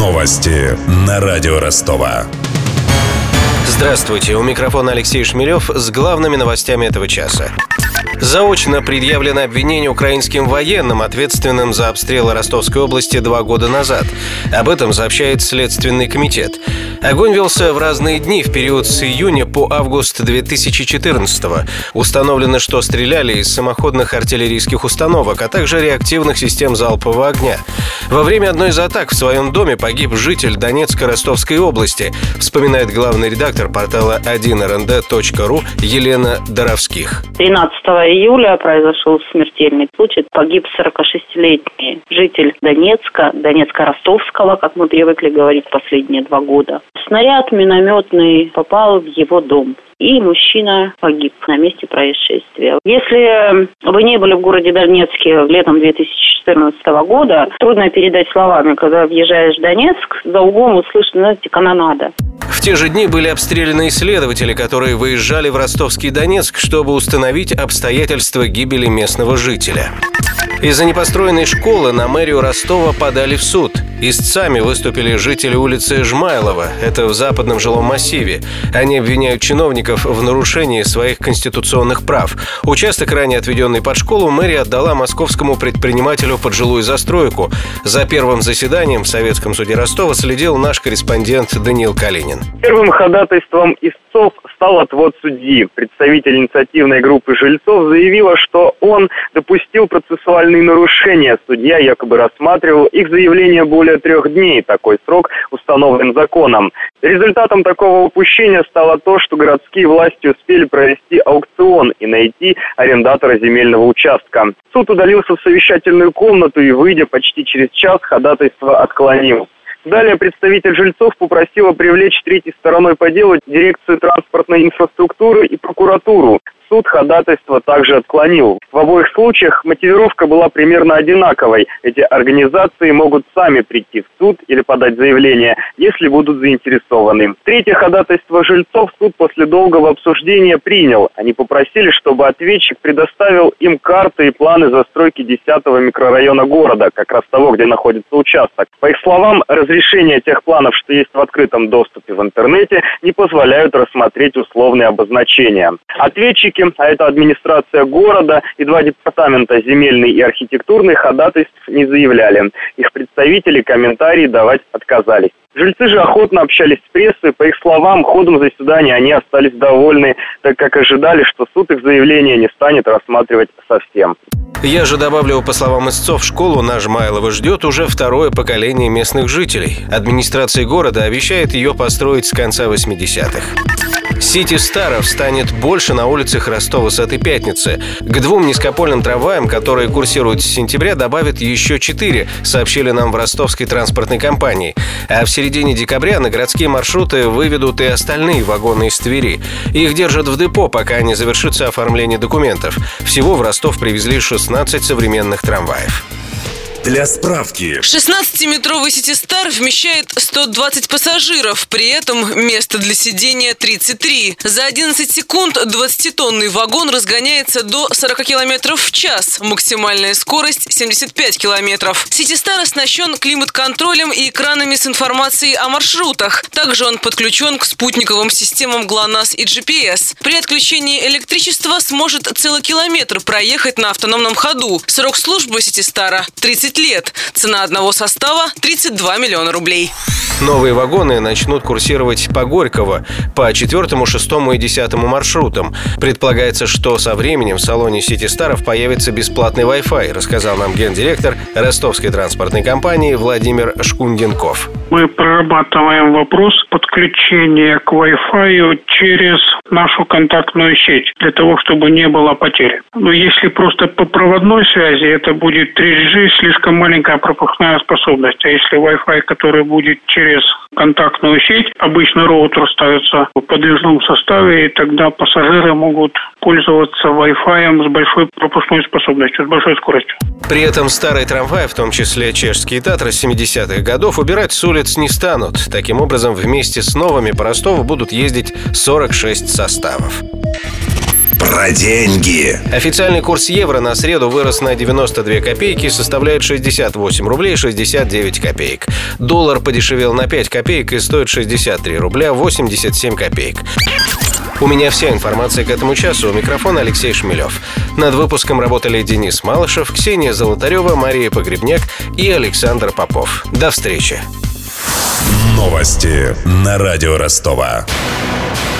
Новости на радио Ростова. Здравствуйте, у микрофона Алексей Шмелев с главными новостями этого часа. Заочно предъявлено обвинение украинским военным, ответственным за обстрелы Ростовской области 2 года назад. Об этом сообщает Следственный комитет. Огонь велся в разные дни в период с июня по август 2014-го. Установлено, что стреляли из самоходных артиллерийских установок, а также реактивных систем залпового огня. Во время одной из атак в своем доме погиб житель Донецко-Ростовской области, вспоминает главный редактор портала 1rnd.ru Елена Доровских. 13 июля произошел смертельный случай. Погиб 46-летний житель Донецка-Ростовского, как мы привыкли говорить последние 2 года. Снаряд минометный попал в его дом, и мужчина погиб на месте происшествия. Если вы не были в городе Донецке летом 2014 года, трудно передать словами, когда въезжаешь в Донецк, за углом услышно, знаете, канонада. В те же дни были обстреляны исследователи, которые выезжали в Ростовский Донецк, чтобы установить обстоятельства гибели местного жителя. Из-за непостроенной школы на мэрию Ростова подали в суд. Истцами выступили жители улицы Жмайлова, это в западном жилом массиве. Они обвиняют чиновников в нарушении своих конституционных прав. Участок, ранее отведенный под школу, мэрия отдала московскому предпринимателю под жилую застройку. За первым заседанием в Советском суде Ростова следил наш корреспондент Даниил Калинин. Первым ходатайством истцов стал отвод судьи. Представитель инициативной группы жильцов заявила, что он допустил процессуальные нарушения. Судья якобы рассматривал их заявление более 3 дней. Такой срок установлен законом. Результатом такого упущения стало то, что городские власти успели провести аукцион и найти арендатора земельного участка. Суд удалился в совещательную комнату и, выйдя почти через час, ходатайство отклонил. Далее представитель жильцов попросила привлечь третьей стороной по делу дирекцию транспортной инфраструктуры и прокуратуру. Суд ходатайство также отклонил. В обоих случаях мотивировка была примерно одинаковой. Эти организации могут сами прийти в суд или подать заявление, если будут заинтересованы. Третье ходатайство жильцов суд после долгого обсуждения принял. Они попросили, чтобы ответчик предоставил им карты и планы застройки 10-го микрорайона города, как раз того, где находится участок. По их словам, разрешение тех планов, что есть в открытом доступе в интернете, не позволяют рассмотреть условные обозначения. Ответчики, а это администрация города и 2 департамента, земельный и архитектурный, ходатайств не заявляли. Их представители комментарии давать отказались. Жильцы же охотно общались с прессой. По их словам, ходом заседания они остались довольны, так как ожидали, что суд их заявление не станет рассматривать совсем. Я же добавлю, по словам истцов, школу на Жмайлова ждет уже 2-е поколение местных жителей. Администрация города обещает ее построить с конца 80-х. Сити Старов станет больше на улицах Ростова с этой пятницы. К 2 низкопольным трамваям, которые курсируют с сентября, добавят еще 4, сообщили нам в ростовской транспортной компании. А в середине декабря на городские маршруты выведут и остальные вагоны из Твери. Их держат в депо, пока не завершится оформление документов. Всего в Ростов привезли 16 современных трамваев. Для справки. 16-метровый Сити Стар вмещает 120 пассажиров, при этом место для сидения 33. За 11 секунд 20-тонный вагон разгоняется до 40 км в час. Максимальная скорость 75 км. Сити Стар оснащен климат-контролем и экранами с информацией о маршрутах. Также он подключен к спутниковым системам ГЛОНАСС и GPS. При отключении электричества сможет целый километр проехать на автономном ходу. Срок службы Сити Стара 30 лет. Цена одного состава – 32 миллиона рублей. Новые вагоны начнут курсировать по Горького, по 4, 6 и 10 маршрутам. Предполагается, что со временем в салоне Сити Старов появится бесплатный Wi-Fi, рассказал нам гендиректор ростовской транспортной компании Владимир Шкунденков. Мы прорабатываем вопрос подключения к Wi-Fi через нашу контактную сеть, для того, чтобы не было потерь. Но если просто по проводной связи, это будет 3G, слишком маленькая пропускная способность. А если Wi-Fi, который будет через контактную сеть, обычно роутер ставится в подвижном составе, и тогда пассажиры могут пользоваться Wi-Fi с большой пропускной способностью, с большой скоростью. При этом старые трамваи, в том числе чешские Татры 70-х годов, убирать с улиц не станут. Таким образом, вместе с новыми по Ростову будут ездить 46 составов. Про деньги. Официальный курс евро на среду вырос на 92 копейки и составляет 68 рублей 69 копеек. Доллар подешевел на 5 копеек и стоит 63 рубля 87 копеек. У меня вся информация к этому часу. У микрофона Алексей Шмелев. Над выпуском работали Денис Малышев, Ксения Золотарева, Мария Погребняк и Александр Попов. До встречи. Новости на радио Ростова.